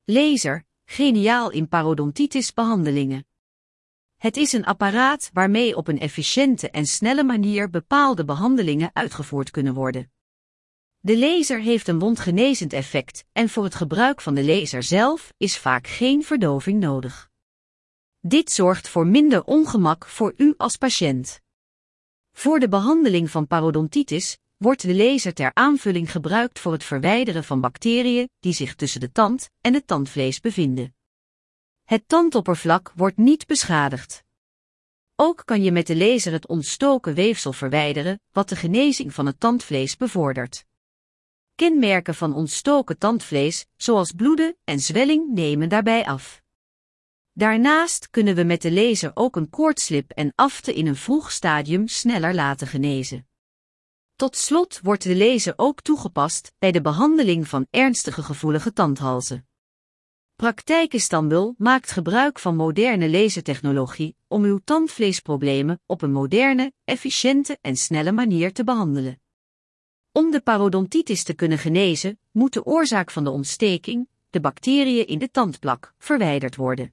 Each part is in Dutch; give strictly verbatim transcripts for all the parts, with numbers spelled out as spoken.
Laser, geniaal in parodontitis-behandelingen. Het is een apparaat waarmee op een efficiënte en snelle manier bepaalde behandelingen uitgevoerd kunnen worden. De laser heeft een wondgenezend effect en voor het gebruik van de laser zelf is vaak geen verdoving nodig. Dit zorgt voor minder ongemak voor u als patiënt. Voor de behandeling van parodontitis wordt de laser ter aanvulling gebruikt voor het verwijderen van bacteriën die zich tussen de tand en het tandvlees bevinden. Het tandoppervlak wordt niet beschadigd. Ook kan je met de laser het ontstoken weefsel verwijderen, wat de genezing van het tandvlees bevordert. Kenmerken van ontstoken tandvlees, zoals bloeden en zwelling, nemen daarbij af. Daarnaast kunnen we met de laser ook een koortslip en afte in een vroeg stadium sneller laten genezen. Tot slot wordt de laser ook toegepast bij de behandeling van ernstige gevoelige tandhalzen. Praktijk Istanbul maakt gebruik van moderne lasertechnologie om uw tandvleesproblemen op een moderne, efficiënte en snelle manier te behandelen. Om de parodontitis te kunnen genezen, moet de oorzaak van de ontsteking, de bacteriën in de tandplak, verwijderd worden.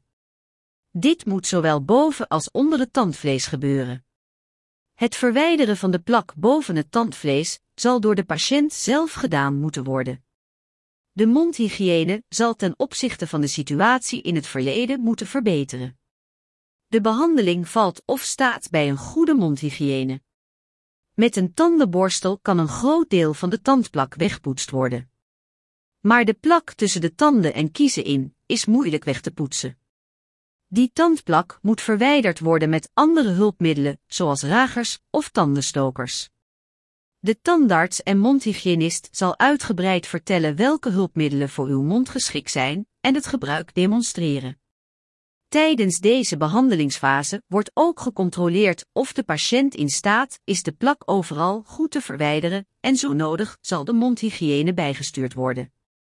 Dit moet zowel boven als onder het tandvlees gebeuren. Het verwijderen van de plak boven het tandvlees zal door de patiënt zelf gedaan moeten worden. De mondhygiëne zal ten opzichte van de situatie in het verleden moeten verbeteren. De behandeling valt of staat bij een goede mondhygiëne. Met een tandenborstel kan een groot deel van de tandplak weggepoetst worden. Maar de plak tussen de tanden en kiezen in is moeilijk weg te poetsen. Die tandplak moet verwijderd worden met andere hulpmiddelen, zoals ragers of tandenstokers. De tandarts en mondhygiënist zal uitgebreid vertellen welke hulpmiddelen voor uw mond geschikt zijn en het gebruik demonstreren. Tijdens deze behandelingsfase wordt ook gecontroleerd of de patiënt in staat is de plak overal goed te verwijderen en zo nodig zal de mondhygiëne bijgestuurd worden.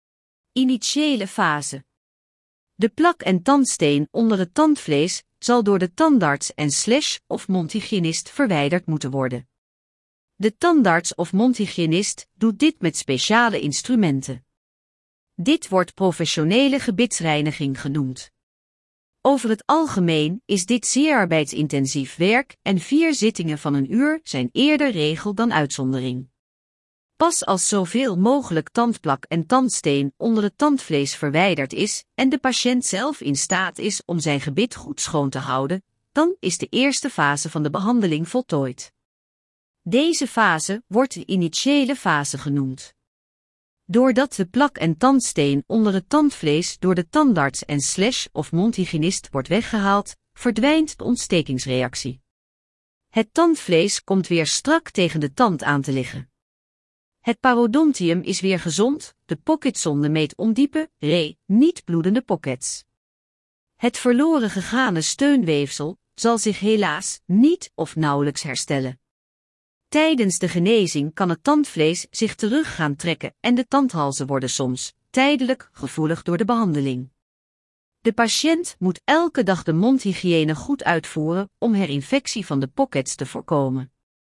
Initiële fase. De plak en tandsteen onder het tandvlees zal door de tandarts en slash of mondhygiënist verwijderd moeten worden. De tandarts of mondhygiënist doet dit met speciale instrumenten. Dit wordt professionele gebitsreiniging genoemd. Over het algemeen is dit zeer arbeidsintensief werk en vier zittingen van een uur zijn eerder regel dan uitzondering. Pas als zoveel mogelijk tandplak en tandsteen onder het tandvlees verwijderd is en de patiënt zelf in staat is om zijn gebit goed schoon te houden, dan is de eerste fase van de behandeling voltooid. Deze fase wordt de initiële fase genoemd. Doordat de plak en tandsteen onder het tandvlees door de tandarts en slash of mondhygiënist wordt weggehaald, verdwijnt de ontstekingsreactie. Het tandvlees komt weer strak tegen de tand aan te liggen. Het parodontium is weer gezond, de pocketsonde meet ondiepe, re, niet bloedende pockets. Het verloren gegane steunweefsel zal zich helaas niet of nauwelijks herstellen. Tijdens de genezing kan het tandvlees zich terug gaan trekken en de tandhalzen worden soms tijdelijk gevoelig door de behandeling. De patiënt moet elke dag de mondhygiëne goed uitvoeren om herinfectie van de pockets te voorkomen.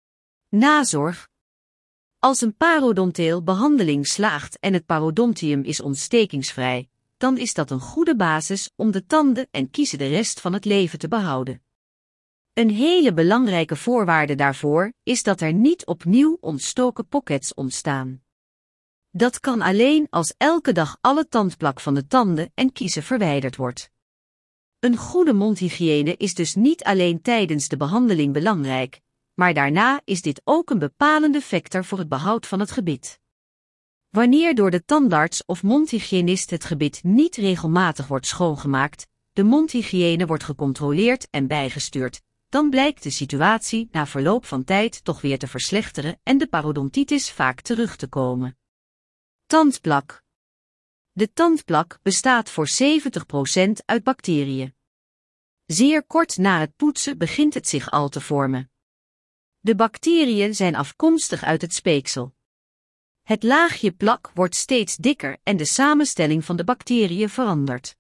Nazorg. Als een parodonteel behandeling slaagt en het parodontium is ontstekingsvrij, dan is dat een goede basis om de tanden en kiezen de rest van het leven te behouden. Een hele belangrijke voorwaarde daarvoor is dat er niet opnieuw ontstoken pockets ontstaan. Dat kan alleen als elke dag alle tandplak van de tanden en kiezen verwijderd wordt. Een goede mondhygiëne is dus niet alleen tijdens de behandeling belangrijk, maar daarna is dit ook een bepalende factor voor het behoud van het gebit. Wanneer door de tandarts of mondhygiënist het gebit niet regelmatig wordt schoongemaakt, de mondhygiëne wordt gecontroleerd en bijgestuurd, dan blijkt de situatie na verloop van tijd toch weer te verslechteren en de parodontitis vaak terug te komen. Tandplak. De tandplak bestaat voor zeventig procent uit bacteriën. Zeer kort na het poetsen begint het zich al te vormen. De bacteriën zijn afkomstig uit het speeksel. Het laagje plak wordt steeds dikker en de samenstelling van de bacteriën verandert.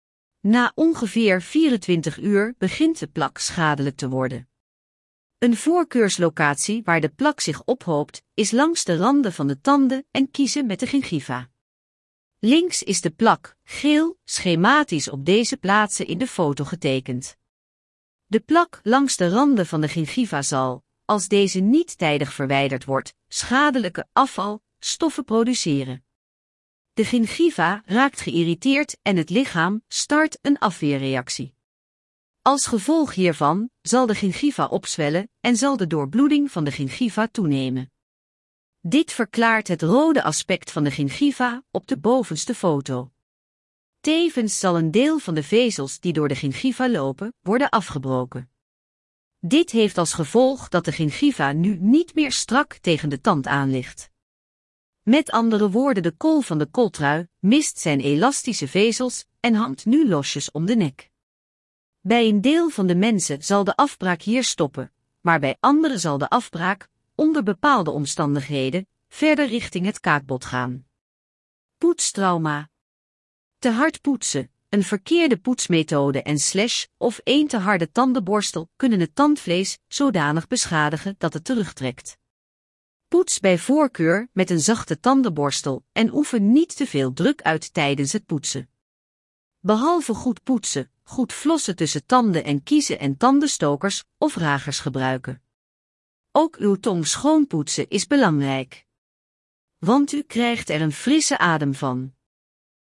Na ongeveer vierentwintig uur begint de plak schadelijk te worden. Een voorkeurslocatie waar de plak zich ophoopt is langs de randen van de tanden en kiezen met de gingiva. Links is de plak, geel, schematisch op deze plaatsen in de foto getekend. De plak langs de randen van de gingiva zal, als deze niet tijdig verwijderd wordt, schadelijke afvalstoffen produceren. De gingiva raakt geïrriteerd en het lichaam start een afweerreactie. Als gevolg hiervan zal de gingiva opzwellen en zal de doorbloeding van de gingiva toenemen. Dit verklaart het rode aspect van de gingiva op de bovenste foto. Tevens zal een deel van de vezels die door de gingiva lopen, worden afgebroken. Dit heeft als gevolg dat de gingiva nu niet meer strak tegen de tand aan ligt. Met andere woorden, de kool van de koltrui mist zijn elastische vezels en hangt nu losjes om de nek. Bij een deel van de mensen zal de afbraak hier stoppen, maar bij anderen zal de afbraak, onder bepaalde omstandigheden, verder richting het kaakbot gaan. Poetstrauma. Te hard poetsen, een verkeerde poetsmethode en slash of één te harde tandenborstel kunnen het tandvlees zodanig beschadigen dat het terugtrekt. Poets bij voorkeur met een zachte tandenborstel en oefen niet te veel druk uit tijdens het poetsen. Behalve goed poetsen, goed flossen tussen tanden en kiezen en tandenstokers of ragers gebruiken. Ook uw tong schoonpoetsen is belangrijk. Want u krijgt er een frisse adem van.